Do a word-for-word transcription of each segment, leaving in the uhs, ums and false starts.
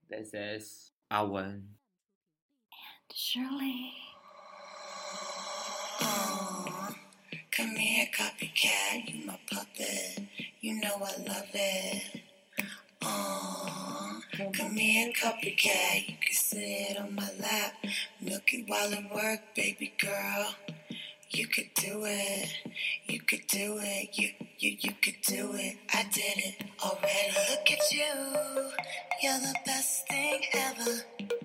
This is 阿文 and Shirley. Uh, come here, copycat, you my puppet. You know I love it. Uh, come here, copycat, you can sit on my lap. Milk it while at work, baby girl. You could do it, you could do it, you, you, you could do it. I did it already. Look at you, you're the best thing ever.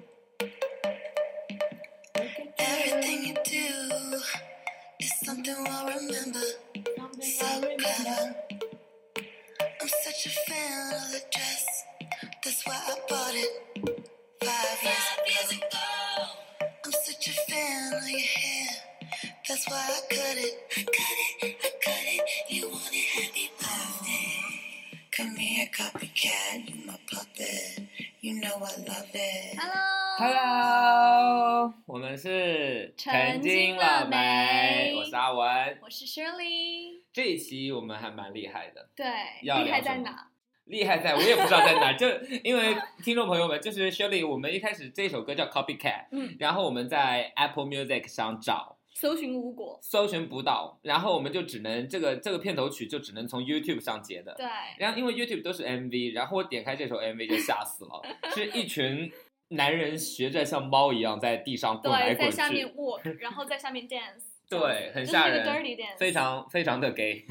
Everything you do is something we'll remember. So clever. I'm such a fan of the dress, that's why I bought it five years ago. I'm such a fan of your hair, that's why I cut it. I cut it, I cut it. You want it, happy birthday. Come here, copycat, you my puppet. You know I love it. Hello Hello 我们是成精了没我是阿文。 我是 Shirley。 这一期我们还蛮厉害的。 对， 要聊厉害在什么哪？ 厉害在我也不知道在哪，就因为听众朋友们，就是 Shirley， 我们一开始这首歌叫 Copycat， 嗯， 然后我们在 Apple Music 上找， 搜寻无果， 搜寻不到，然后我们就只能这个这个片头曲就只能从 YouTube 上截的。 对， 然后因为 YouTube 都是 M V， 然后我点开这首 M V 就吓死了，是一群男人学着像猫一样在地上滚来对， 滚去， 在下面 walk， 然后在下面 dance， 对，很吓人， 就是一个 dirty dance， 非常非常的 gay。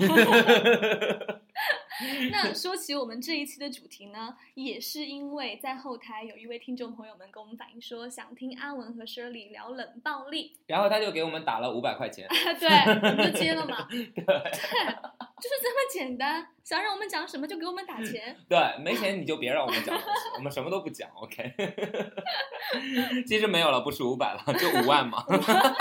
那说起我们这一期的主题呢，也是因为在后台有一位听众朋友们跟我们反映说，想听阿文和 Shirley 聊冷暴力， 然后他就给我们打了五百块钱， 对，我们就接了嘛， 对， 对，就是这么简单，想让我们讲什么就给我们打钱， 对，没钱你就别让我们讲东西，我们什么都不讲 ，OK。其实没有了，不是五百了，就五万嘛。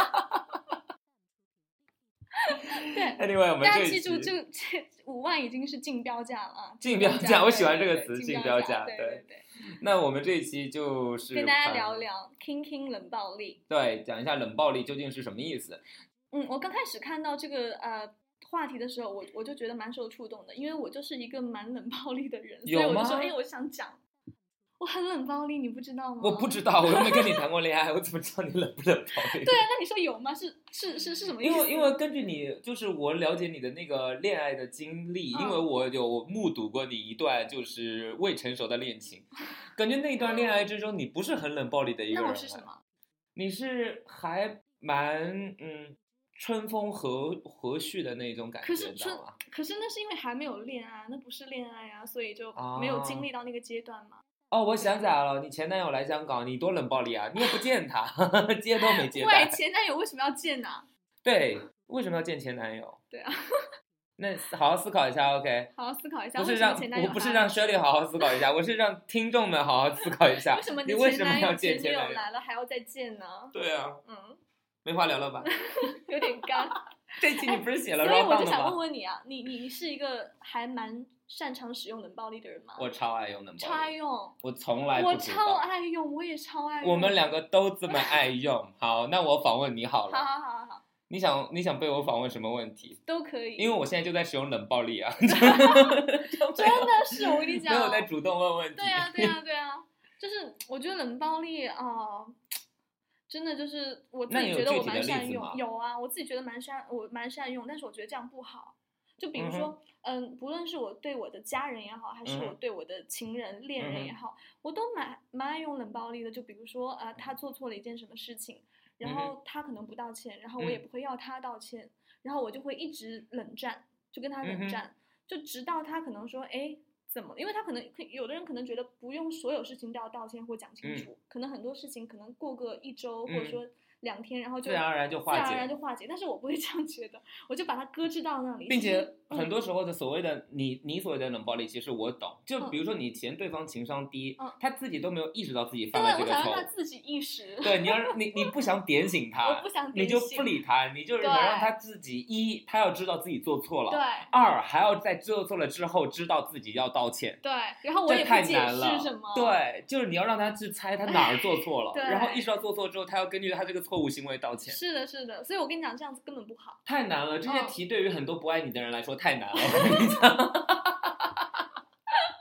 对 Anyway， 我们大这一期家记住，这这五万已经是竞标价了啊！ 竞标价，我喜欢这个词， 对竞标价。 对对对， 那我们这一期就是跟大家聊聊 King King 冷暴力。 对，讲一下冷暴力究竟是什么意思。 嗯，我刚开始看到这个呃话题的时候，我我就觉得蛮受触动的，因为我就是一个蛮冷暴力的人，所以我就说，哎，我想讲。我很冷暴力，你不知道吗？ 我不知道，我又没跟你谈过恋爱，我怎么知道你冷不冷暴力？ 对啊，那你说有吗？是是是是什么意思？ 因为因为根据你，就是我了解你的那个恋爱的经历，嗯、因为我有目睹过你一段就是未成熟的恋情，感觉那段恋爱之中，你不是很冷暴力的一个人。 那我是什么？ 你是还蛮嗯春风和和煦的那种感觉， 可是知道吗？ 可是那是因为还没有恋爱，那不是恋爱啊，所以就没有经历到那个阶段嘛。 啊哦，我想起来了，你前男友来香港，你多冷暴力啊！你也不见他，接都没接待。 喂，前男友为什么要见呢、啊？ 对，为什么要见前男友？ 对啊， 那好好思考一下 ，OK？ 好好思考一下， 不是让我不是让 Shirley 好好思考一下，我是让听众们好好思考一下。 为什么你为什么要见前男友来了还要再见呢？ 对啊， 嗯， 没话聊了吧？ 有点干。 这期你不是写了所以 round 我 down 就了吗？ 想问问你啊，你你是一个还蛮擅长使用冷暴力的人吗？ 我超爱用冷暴力， 超爱用， 我从来不我知道超爱用，我也超爱用。 我们两个都这么爱用。好，那我访问你好了。 好好好好。 你想你想被我访问什么问题？ 都可以。 因为我现在就在使用冷暴力啊。 真的是，我跟你讲， 没有在主动问问题。 对啊对啊对啊，就是我觉得冷暴力啊。呃真的就是我自己觉得我蛮善用，有啊，我自己觉得蛮善，我蛮善用，但是我觉得这样不好。就比如说，嗯、呃，不论是我对我的家人也好，还是我对我的情人、嗯、恋人也好，我都蛮蛮爱用冷暴力的。就比如说，呃，他做错了一件什么事情，然后他可能不道歉，然后我也不会要他道歉，嗯、然后我就会一直冷战，就跟他冷战，嗯、就直到他可能说，哎。怎么？因为他可能有的人可能觉得不用所有事情都要道歉或讲清楚，嗯、可能很多事情可能过个一周、嗯、或者说两天，然后就自然而然就化解， 自然而然就化解。但是我不会这样觉得，我就把它搁置到那里。 并且很多时候的所谓的你你所谓的冷暴力，其实我懂。就比如说你嫌对方情商低，嗯、他自己都没有意识到自己犯了这个错误， 对，我想让他自己意识。 对，你要你你不想点醒他， 我不想点醒，你就不理他，你就是能让他自己一，他要知道自己做错了， 对； 二还要在做错了之后知道自己要道歉， 对。然后我也不解释什么， 对，就是你要让他去猜他哪儿做错了，然后意识到做错之后，他要根据他这个错误行为道歉。 是的，是的，所以我跟你讲，这样子根本不好， 太难了。这些题对于很多不爱你的人来说太难了，我跟你讲。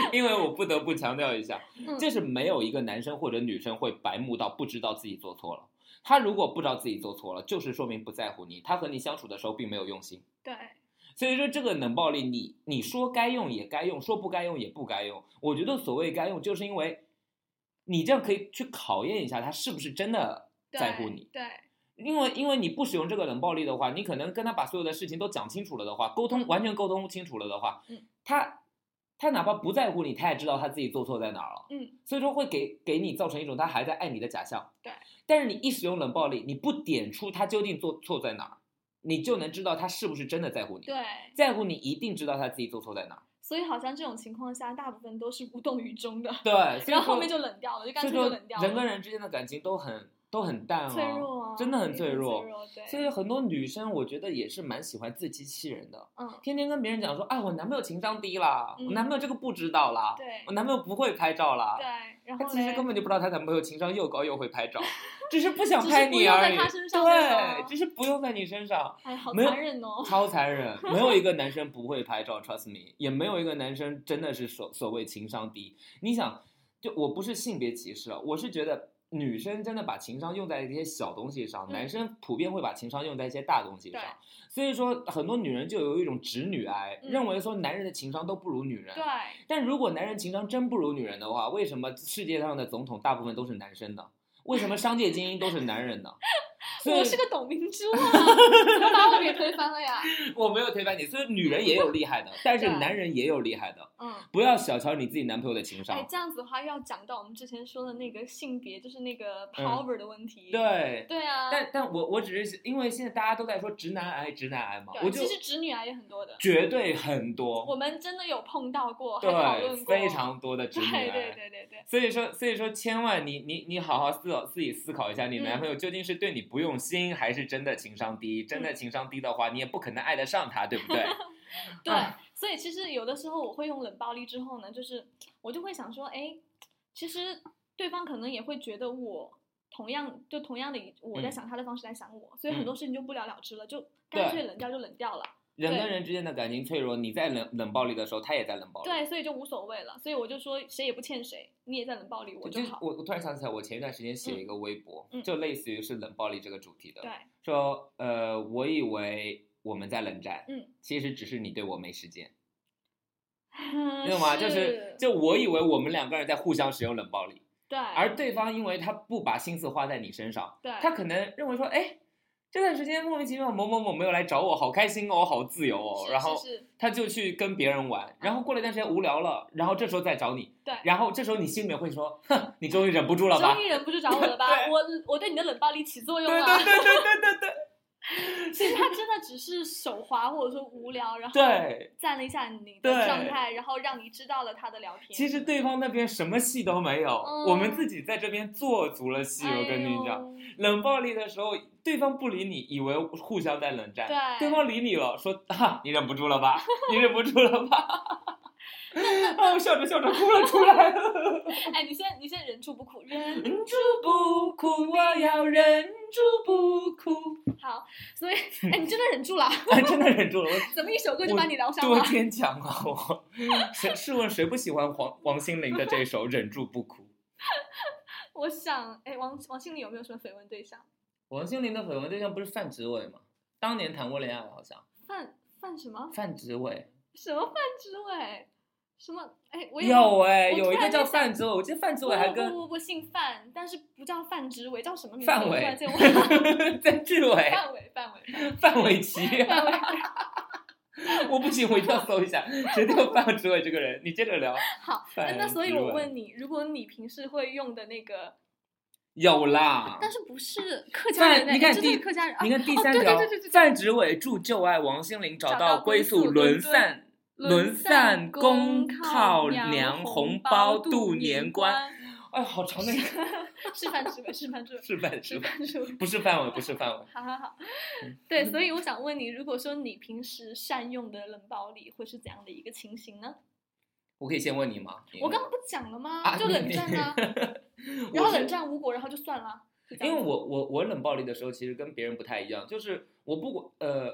因为我不得不强调一下， 嗯、 就是没有一个男生或者女生会白目到不知道自己做错了。他如果不知道自己做错了，就是说明不在乎你，他和你相处的时候并没有用心。 对， 所以说这个冷暴力你，你你说该用也该用，说不该用也不该用。我觉得所谓该用，就是因为你这样可以去考验一下他是不是真的在乎你。 对。对， 因为因为你不使用这个冷暴力的话，你可能跟他把所有的事情都讲清楚了的话，沟通完全沟通清楚了的话， 嗯， 他他哪怕不在乎你，他也知道他自己做错在哪儿了， 嗯， 所以说会给给你造成一种他还在爱你的假象。 对， 但是你一使用冷暴力，你不点出他究竟做错在哪儿，你就能知道他是不是真的在乎你。 对， 在乎你一定知道他自己做错在哪儿。 所以好像这种情况下，大部分都是无动于衷的。 对， 然后后面就冷掉了，就干脆就冷掉了。 人跟人之间的感情都很都很淡啊， 脆弱啊， 真的很脆弱。 脆弱，对。 所以很多女生我觉得也是蛮喜欢自欺欺人的， 嗯， 天天跟别人讲说，啊，我男朋友情商低啦，嗯、我男朋友这个不知道啦， 对， 我男朋友不会拍照啦， 对，然后他其实根本就不知道他男朋友情商又高又会拍照，只是不想拍你而已，对，只是不用在你身上， 哎，好残忍哦， 超残忍，没有一个男生不会拍照 ，trust me， 也没有一个男生真的是所所谓情商低。你想，就我不是性别歧视啊，我是觉得。女生真的把情商用在一些小东西上， 嗯、 男生普遍会把情商用在一些大东西上，所以说很多女人就有一种直女癌、嗯，认为说男人的情商都不如女人。 对， 但如果男人情商真不如女人的话，为什么世界上的总统大部分都是男生呢？为什么商界精英都是男人呢？ 我是个董明珠啊，怎么把我给推翻了呀？ 我没有推翻你，所以女人也有厉害的，但是男人也有厉害的。嗯，不要小瞧你自己男朋友的情商。 哎，这样子的话要讲到我们之前说的那个性别，就是那个 power 的问题。 嗯、对， 对啊。 但但我我只是因为现在大家都在说直男癌，直男癌嘛，我就其实直女癌也很多的， 绝对很多。 我们真的有碰到过， 对， 还讨论过非常多的直女癌。 对对对对对。 所以说，所以说，千万你你你好好思考自己思考一下，你男朋友究竟是对你不用心，还是真的情商低？真的情商低的话，你也不可能爱得上他，对不对？ 对，所以其实有的时候我会用冷暴力之后呢，就是我就会想说，哎，其实对方可能也会觉得我同样就同样的我在想他的方式来想我，嗯、所以很多事情就不了了之了，就干脆冷掉就冷掉了。 人跟人之间的感情脆弱，你在冷冷暴力的时候，他也在冷暴力。 对，所以就无所谓了。所以我就说，谁也不欠谁，你也在冷暴力，我就好。 我我突然想起来，我前一段时间写了一个微博， 嗯、 就类似于是冷暴力这个主题的。 对， 说呃，我以为我们在冷战， 嗯， 其实只是你对我没时间， 嗯、 你懂吗？就是就我以为我们两个人在互相使用冷暴力， 对， 而对方因为他不把心思花在你身上， 对， 他可能认为说，哎。这段时间莫名其妙某某某没有来找我，好开心哦，好自由哦，然后他就去跟别人玩，然后过了一段时间无聊了，然后这时候再找你， 对， 然后这时候你心里面会说，哼，你终于忍不住了吧？ 终于忍不住找我了吧？我我对你的冷暴力起作用了。 对对对对对对对。 其实他真的只是手滑或者说无聊，然后赞了一下你的状态，然后让你知道了他的聊天。 其实对方那边什么戏都没有，嗯、我们自己在这边做足了戏。 哎、 我跟你讲，冷暴力的时候，对方不理你，以为互相在冷战； 对， 对方理你了，说啊，你忍不住了吧？你忍不住了吧？哦，我笑着笑着哭了出来了。 哎，你先你先忍住不哭，忍住不哭，我要忍住不哭。 好，所以哎，你真的忍住了？ 哎，真的忍住了。 怎么一首歌就把你疗伤了？ 多坚强啊！我谁试问谁不喜欢黄王心凌的这首《忍住不哭》？ 我想，哎，王王心凌有没有什么绯闻对象？ 王心凌的绯闻对象不是范植伟吗？当年谈过恋爱，好像。 范范什么？ 范植伟。 什么范植伟？什么？哎，我有哎、欸，有一个叫范植伟，我记得范植伟还跟不不不姓范，但是不叫范植伟，叫什么名字？ 范伟， 曾志伟， 范伟，范伟， 范玮琪。 范伟我不行，我一定要搜一下，谁叫范植伟这个人？你接着聊。 好，那所以我问你，如果你平时会用的那个。 有啦， 但是不是客家人？ 你看第客家人， 你看第三条，范植伟祝旧爱王心凌找到归宿，沦散。沦散公靠娘红包渡年关，哎，好长的一个。 是范植伟，是范植伟， 是范植伟， 是不是范伟，不是范伟。 好好好，对，所以我想问你，如果说你平时善用的冷暴力会是怎样的一个情形呢？ 我可以先问你吗？ 我刚刚不讲了吗？ 啊、 就冷战啊，然后冷战无果，然后就算了。 因为我我我冷暴力的时候，其实跟别人不太一样，就是我不管呃。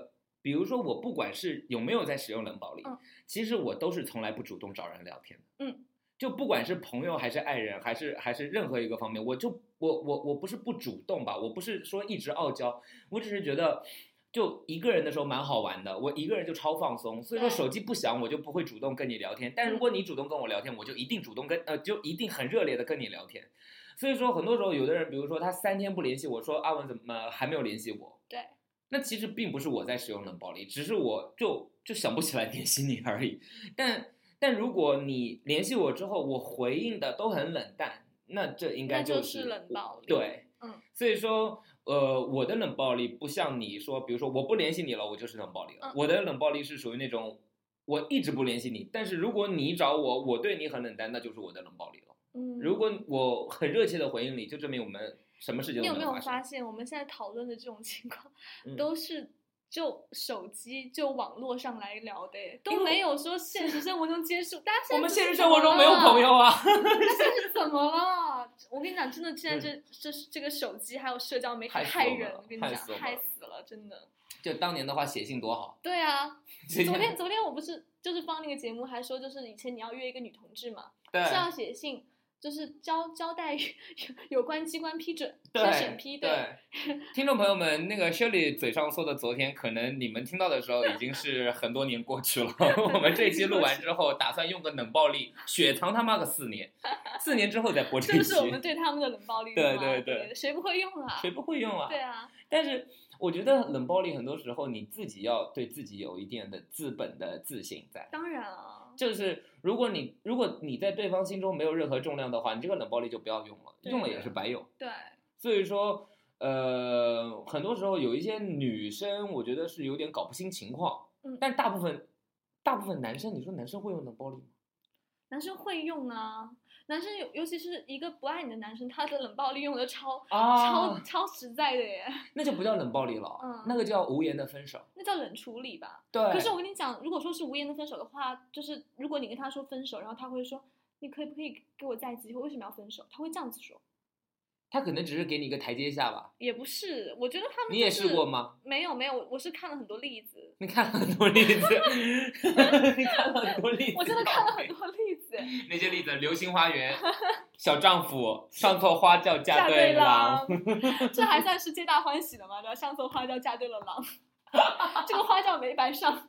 比如说我不管是有没有在使用冷暴力， 嗯、 其实我都是从来不主动找人聊天的。 嗯， 就不管是朋友还是爱人，还是还是任何一个方面，我就我我我不是不主动吧，我不是说一直傲娇，我只是觉得。就一个人的时候蛮好玩的，我一个人就超放松，所以说手机不响我就不会主动跟你聊天，但如果你主动跟我聊天，我就一定主动跟呃就一定很热烈的跟你聊天。所以说很多时候有的人，比如说他三天不联系我，说阿文怎么还没有联系我？ 对， 那其实并不是我在使用冷暴力，只是我就就想不起来联系你而已。但但如果你联系我之后，我回应的都很冷淡，那这应该就是、就是冷暴力。 对， 嗯， 所以说。呃，我的冷暴力不像你说，比如说我不联系你了，我就是冷暴力了。 嗯、 我的冷暴力是属于那种我一直不联系你，但是如果你找我，我对你很冷淡，那就是我的冷暴力了。 嗯， 如果我很热切的回应你，就证明我们什么事情都没有发生。 你有没有发现，我们现在讨论的这种情况，嗯、都是就手机就网络上来聊的，都没有说现实生活中接触。大家现在我们现实生活中没有朋友啊。 大家现在是怎么了？我跟你讲，真的，现在这、嗯、这这个手机还有社交媒体害人，我跟你讲，害死了，真的。 就当年的话，写信多好。 对啊，昨天昨天我不是就是放那个节目，还说就是以前你要约一个女同志嘛，是要写信。就是交交代有关机关批准， 对审批。对， 对听众朋友们，那个 Shirley 嘴上说的昨天，可能你们听到的时候已经是很多年过去了。我们这一期录完之后，打算用个冷暴力雪藏他妈个四年，四年之后再播这一期。 这是我们对他们的冷暴力。 对对对， 谁不会用啊？ 谁不会用啊？ 对啊。 但是我觉得冷暴力很多时候你自己要对自己有一定的资本的自信在。 当然啊。 就是如果你如果你在对方心中没有任何重量的话，你这个冷暴力就不要用了，用了也是白用。 对。 所以说，呃，很多时候有一些女生，我觉得是有点搞不清情况。 嗯。 但大部分大部分男生，你说男生会用冷暴力吗？ 男生会用啊。男生尤尤其是一个不爱你的男生，他的冷暴力用的超、 啊、 超超实在的耶， 那就不叫冷暴力了， 嗯， 那个叫无言的分手， 那叫冷处理吧。 对。 可是我跟你讲，如果说是无言的分手的话，就是如果你跟他说分手，然后他会说，你可以不可以给我再一次机会？为什么要分手？他会这样子说。 他可能只是给你一个台阶下吧。 也不是，我觉得他们、就是、 你也试过吗？ 没有没有，我是看了很多例子。 你看了很多例子，你看了很多例子。 我真的看了很多例子。 那些例子，《流星花园》、小丈夫、上错花轿嫁对郎，这还算是皆大欢喜的吗？对吧？上错花轿嫁对了郎，这个花轿没白上。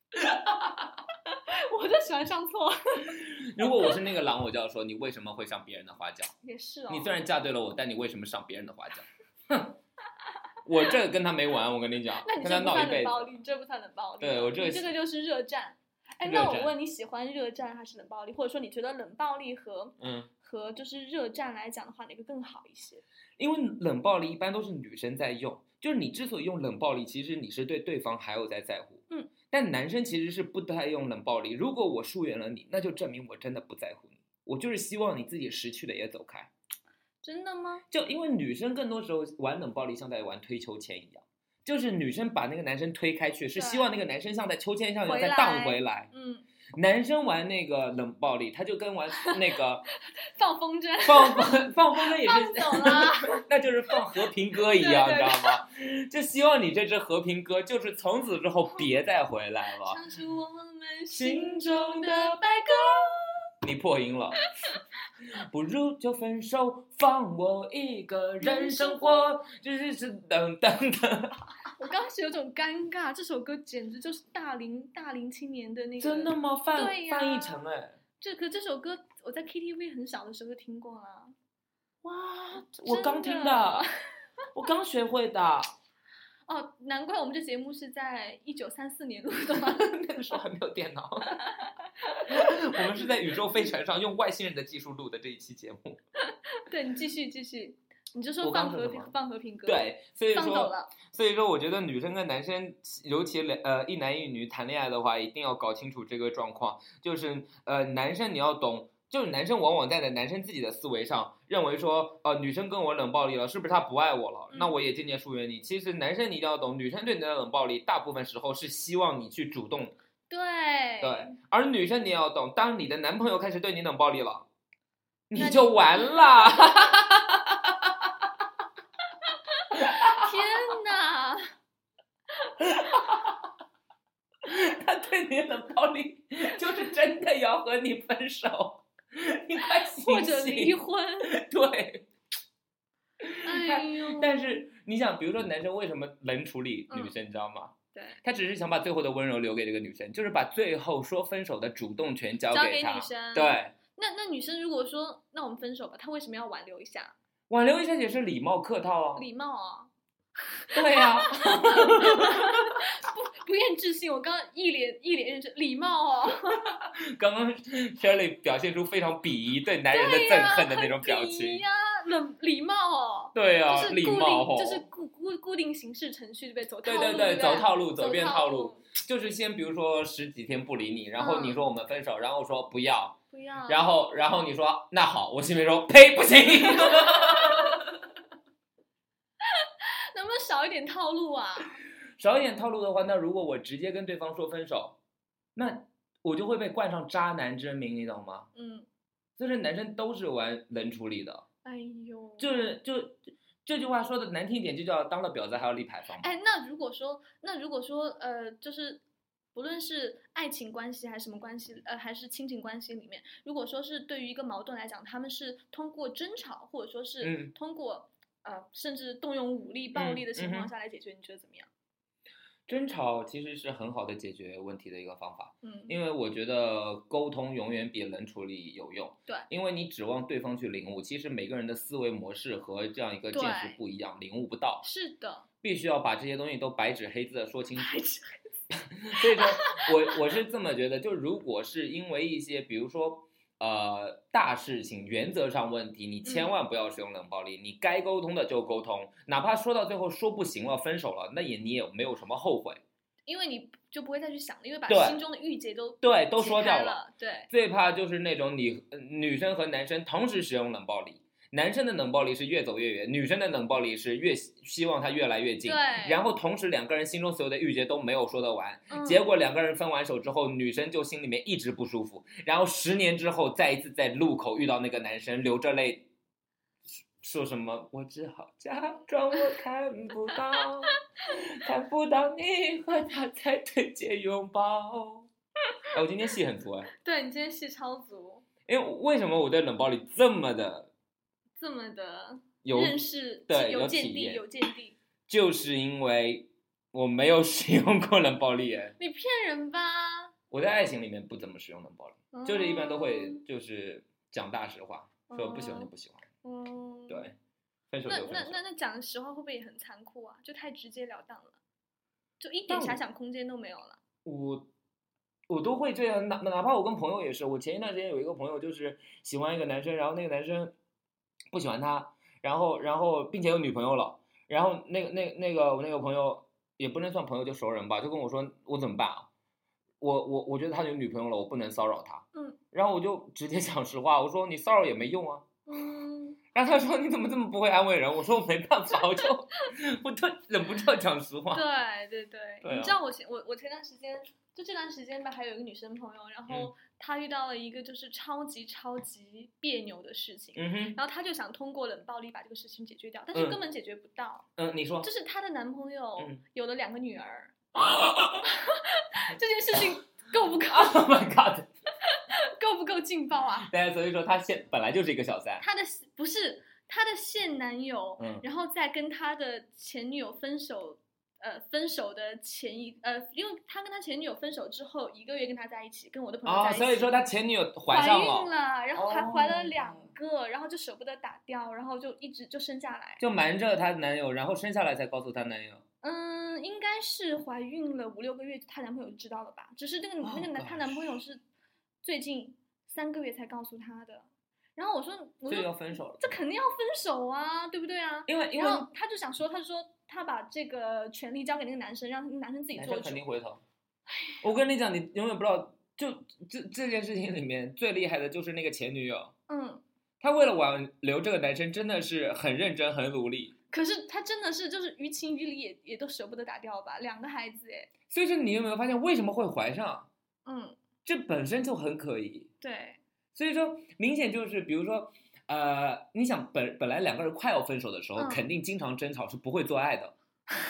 我就喜欢上错。 如果我是那个狼，我就要说你为什么会上别人的花轿？ 也是哦。 你虽然嫁对了我，但你为什么上别人的花轿？哼，我这个跟他没完，我跟你讲， 那你这不算冷暴力，你这不算冷暴力。 对我这个这个就是热战。哎，那我问你喜欢热战还是冷暴力？或者说你觉得冷暴力和嗯和就是热战来讲的话，哪个更好一些？ 因为冷暴力一般都是女生在用，就是你之所以用冷暴力，其实你是对对方还有在在乎。 嗯。 但男生其实是不太用冷暴力。如果我疏远了你，那就证明我真的不在乎你，我就是希望你自己识趣的也走开。 真的吗？ 就因为女生更多时候玩冷暴力像在玩推秋千一样，就是女生把那个男生推开去，是希望那个男生像在秋千上一样再荡回来。 嗯。 男生玩那个冷暴力，他就跟玩那个放风筝， 放放放风筝也是放走了， 那就是放和平鸽一样，对对对，你知道吗？就希望你这只和平鸽，就是从此之后别再回来了。 唱出我们心中的白鸽。 你破音了。不如就分手，放我一个人生活，就是是等等等。 我刚开始有种尴尬，这首歌简直就是大龄大龄青年的那个。 真的吗？范对范逸臣哎。 这可这首歌我在 K T V 很小的时候听过啦。 哇，我刚听的，我刚学会的。 哦，难怪我们这节目是在一九三四年录的嘛， 那个时候还没有电脑。我们是在宇宙飞船上用外星人的技术录的这一期节目。 对，你继续继续。你就说放和平，放和平鸽。 对，所以说， 放走了。 所以说，我觉得女生跟男生，尤其呃一男一女谈恋爱的话，一定要搞清楚这个状况。就是呃，男生你要懂，就是男生往往在男生自己的思维上认为说，呃，女生跟我冷暴力了，是不是她不爱我了？嗯、那我也渐渐疏远你。其实男生你一定要懂，女生对你的冷暴力，大部分时候是希望你去主动。 对。 对，而女生你也要懂，当你的男朋友开始对你冷暴力了，你就完了。 天哪！ 对你的冷暴力就是真的要和你分手，你快醒醒， 或者离婚。 对。 哎呦， 但是你想，比如说男生为什么冷处理女生，嗯、你知道吗？ 对， 他只是想把最后的温柔留给这个女生，就是把最后说分手的主动权交给她。 交给女生。 对。 那那女生如果说那我们分手吧，她为什么要挽留一下？ 挽留一下也是礼貌客套啊。 礼貌啊。 对呀、啊。 不不愿置信，我刚刚一脸一脸认真，礼貌哦。 刚刚 Shirley 表现出非常鄙夷对男人的憎恨的那种表情。 呀、啊，冷礼貌哦。 对啊， 就是礼貌哦， 就是固固固定形式程序，对不对？走套路，对对对， 走套路，走遍套路。 就是先比如说十几天不理你，然后你说我们分手，嗯、然后说不要， 不要， 然后然后你说那好，我心里说呸，不行。 能不能少一点套路啊？ 少一点套路的话，那如果我直接跟对方说分手，那我就会被冠上渣男之名，你懂吗？ 嗯， 就是男生都是玩冷处理的。 哎呦， 就是就这句话说的难听一点，就叫当了婊子还要立牌坊。 哎，那如果说，那如果说，呃，就是不论是爱情关系还是什么关系，呃，还是亲情关系里面，如果说是对于一个矛盾来讲，他们是通过争吵，或者说是通过、嗯、呃，甚至动用武力、暴力的情况下来解决，嗯嗯、你觉得怎么样？ 争吵其实是很好的解决问题的一个方法， 嗯， 因为我觉得沟通永远比冷处理有用， 对， 因为你指望对方去领悟，其实每个人的思维模式和这样一个见识不一样，领悟不到， 是的， 必须要把这些东西都白纸黑字的说清楚。所以说我我是这么觉得，就如果是因为一些比如说呃，大事情原则上问题，你千万不要使用冷暴力、嗯、你该沟通的就沟通，哪怕说到最后说不行了分手了，那也你也没有什么后悔， 因为你就不会再去想了，因为把心中的郁结都对都说掉了。 对， 最怕就是那种你、呃、女生和男生同时使用冷暴力，男生的冷暴力是越走越远，女生的冷暴力是越希望他越来越近， 对， 然后同时两个人心中所有的郁结都没有说得完、嗯、结果两个人分完手之后，女生就心里面一直不舒服，然后十年之后再一次在路口遇到那个男生，流着泪说什么我只好假装我看不到看不到你和他在对街拥抱。哎，我今天戏很足哎。 对，你今天戏超足。 因为为什么我对冷暴力这么的这么的有认识， 对有见地，有见地， 就是因为我没有使用过冷暴力。哎， 你骗人吧！ 我在爱情里面不怎么使用冷暴力，嗯、就是一般都会就是讲大实话，嗯、说不喜欢就不喜欢。嗯，对，分手就分手。 那那那那讲实话会不会也很残酷啊？就太直截了当了，就一点遐想空间都没有了。 我。我都会这样，哪哪怕我跟朋友也是。我前一段时间有一个朋友，就是喜欢一个男生，然后那个男生不喜欢他，然后然后并且有女朋友了，然后那个那那个我那个朋友也不能算朋友，就熟人吧，就跟我说我怎么办啊？我我我觉得他有女朋友了，我不能骚扰他。 嗯， 然后我就直接讲实话，我说你骚扰也没用啊。 嗯， 然后他说你怎么这么不会安慰人？我说我没办法，我就我就忍不住讲实话。 对对对， 对啊、 你知道我前我我前段时间。就这段时间吧，还有一个女生朋友，然后她遇到了一个就是超级超级别扭的事情， 嗯哼， 然后她就想通过冷暴力把这个事情解决掉，但是根本解决不到。 嗯，你说， 就是她的男朋友有了两个女儿， 嗯、 这件事情够不够 ？Oh my god， 够不够劲爆啊？ 对，所以说她现本来就是一个小三， 她的不是她的现男友， 嗯、 然后再跟她的前女友分手。呃，分手的前一呃，因为他跟他前女友分手之后一个月跟他在一起，跟我的朋友在一起， 哦，所以说他前女友怀上了， 怀孕了，然后还怀了两个，哦、然后就舍不得打掉，然后就一直就生下来， 就瞒着她男友，然后生下来才告诉她男友。 嗯，应该是怀孕了五六个月，她男朋友知道了吧？只是那个、oh, 那个男她男朋友是最近三个月才告诉她的。然后我说，我说这要分手了， 这肯定要分手啊，对不对啊？ 因为因为然后他就想说，他就说他把这个权利交给那个男生，让那个男生自己做主。 男生肯定回头。我跟你讲，你永远不知道，就这这件事情里面最厉害的就是那个前女友。 嗯。 他为了挽留这个男生，真的是很认真、很努力。 可是他真的是就是于情于理也也都舍不得打掉吧，两个孩子哎。 所以说，你有没有发现为什么会怀上？ 嗯。 这本身就很可疑。 对。 所以说，明显就是，比如说，呃，你想本本来两个人快要分手的时候，嗯、肯定经常争吵，是不会做爱的。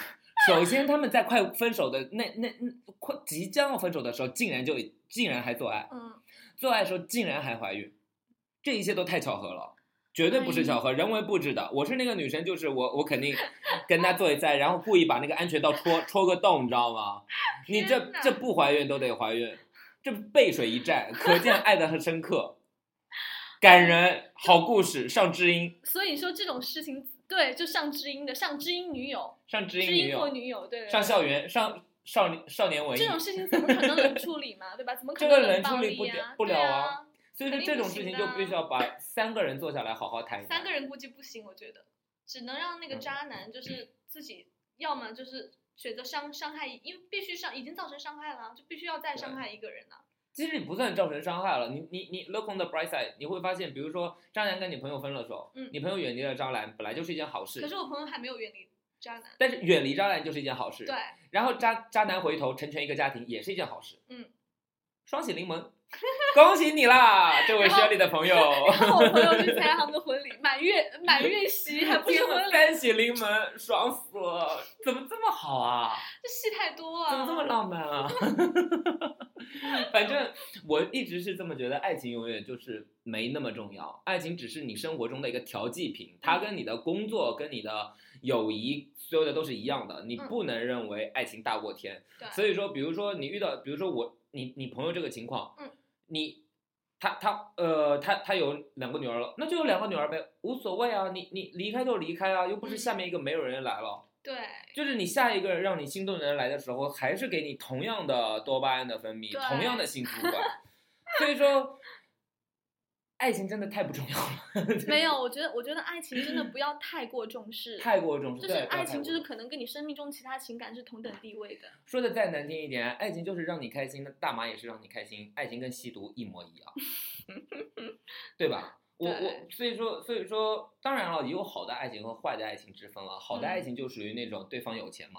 首先他们在快分手的那那那快即将要分手的时候，竟然就竟然还做爱， 嗯， 做爱的时候竟然还怀孕，这一切都太巧合了。绝对不是巧合，人为布置的。我是那个女生，就是我，我肯定跟他做一次，然后故意把那个安全带戳戳个洞，你知道吗？你这这不怀孕都得怀孕，这背水一战，可见爱的很深刻，感人，好故事，上知音。 所以说这种事情，对，就上知音的，上知音女友， 上知音女友， 知音或女友，对，对，对， 上校园，上少年少年文艺， 这种事情怎么可能冷处理嘛，对吧？怎么可能冷处理不啊？ 不了啊。 所以说这种事情就必须要把三个人坐下来好好谈一谈。 三个人估计不行，我觉得只能让那个渣男就是自己，要么就是选择伤伤害，因为必须伤，已经造成伤害了，就必须要再伤害一个人了。 其实你不算造成伤害了，你你你 look on the bright side， 你会发现，比如说渣男跟你朋友分了手，嗯，你朋友远离了渣男，本来就是一件好事。 可是我朋友还没有远离渣男， 但是远离渣男就是一件好事。 对， 然后渣渣男回头成全一个家庭也是一件好事。 嗯， 双喜临门。恭喜你啦，这位雪里的朋友。 然后我朋友去参加他们的婚礼，满月满月席还不是婚礼， 三喜临门，爽死了！怎么这么好啊？ 这戏太多了， 怎么这么浪漫啊？反正我一直是这么觉得，爱情永远就是没那么重要，爱情只是你生活中的一个调剂品，它跟你的工作、跟你的友谊，所有的都是一样的，你不能认为爱情大过天。 嗯、 所以说，比如说你遇到，比如说我。你你朋友这个情况， 嗯， 你他他呃他他有两个女儿了，那就有两个女儿呗，无所谓啊，你你离开就离开啊，又不是下面一个没有人来了， 嗯、对， 就是你下一个让你心动的人来的时候，还是给你同样的多巴胺的分泌，同样的幸福感，所以说。爱情真的太不重要了。 没有，我觉得，我觉得爱情真的不要太过重视， 太过重视， 就是爱情就是可能跟你生命中其他情感是同等地位的。 说的再难听一点，爱情就是让你开心，那大麻也是让你开心，爱情跟吸毒一模一样，对吧？我我所以说所以说，当然了，也有好的爱情和坏的爱情之分了。好的爱情就属于那种对方有钱嘛，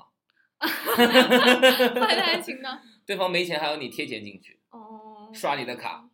坏的爱情呢？ 对方没钱还要你贴钱进去， 哦， 刷你的卡。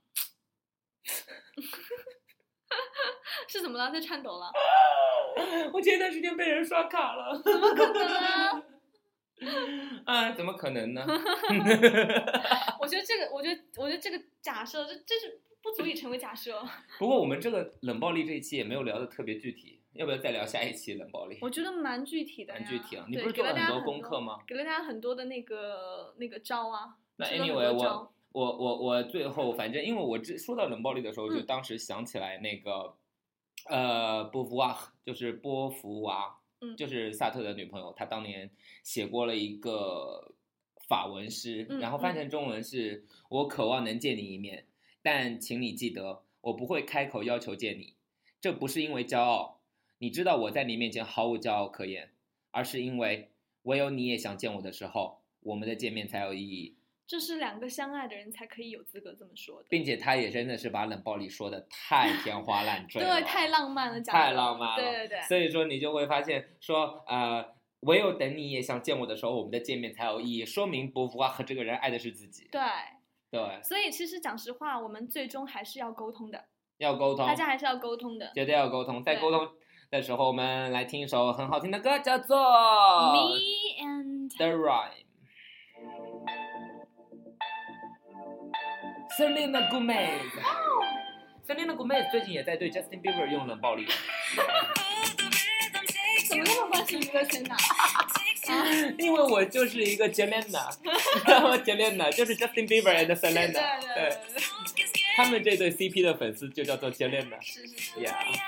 是怎么了？在颤抖了？ 我前段时间被人刷卡了。 怎么可能啊？ 啊，怎么可能呢？ 我觉得这个，我觉得，我觉得这个假设，这这是不足以成为假设。 不过我们这个冷暴力这一期也没有聊得特别具体，要不要再聊下一期冷暴力？ 我觉得蛮具体的呀， 蛮具体啊！你不是做了很多功课吗？ 给了大家很多的那个那个招啊。 那 anyway 我。我我我最后反正因为我这说到冷暴力的时候，就当时想起来那个、嗯、呃波伏娃，就是波伏娃， 嗯， 就是萨特的女朋友，她当年写过了一个法文诗， 嗯、 然后翻成中文是、嗯、我渴望能见你一面，但请你记得我不会开口要求见你，这不是因为骄傲，你知道我在你面前毫无骄傲可言，而是因为唯有你也想见我的时候，我们的见面才有意义。 这是两个相爱的人才可以有资格这么说的， 并且他也真的是把冷暴力说的太天花乱坠了， 对，太浪漫了， 太浪漫了， 对对对。 所以说你就会发现说，呃，唯有等你也想见我的时候，我们的见面才有意义，说明波伏娃和这个人爱的是自己。 对对， 所以其实讲实话，我们最终还是要沟通的， 要沟通， 大家还是要沟通的， 绝对要沟通。在沟通的时候，我们来听一首很好听的歌，叫做《 Me and The Rhyme》。Selena Gomez，Selena Gomez 最近也在对 Justin Bieber 用冷暴力。 怎么那么关心娱乐圈呢？ 因为我就是一个 Jelena， 然后 Jelena 就是 Justin Bieber and Selena， 对， 他们这对 C P 的粉丝就叫做 Jelena。 是是是。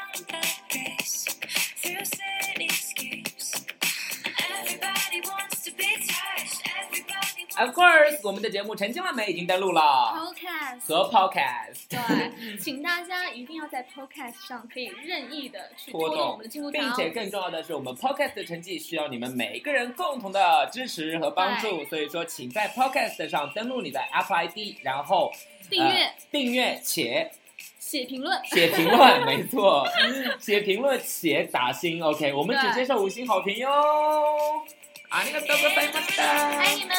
Yeah。Of course， 我们的节目陈经完美已经登录了 Podcast 和 Podcast。 对，请大家一定要在 Podcast 上可以任意的去拖动我们的进度条， 并且更重要的是，我们 Podcast 的成绩需要你们每一个人共同的支持和帮助，所以说，请在 Podcast 上登录你的 Apple I D， 然后订阅、 呃、订阅且写评论， 写评论，没错，写评论且打星 ，OK， 我们只接受五星好评哟。ありがとうございました。 爱你们。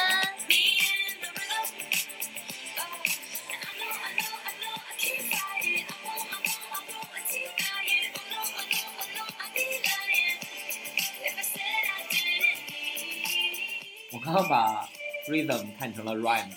不要把 rhythm 看成了 rhyme。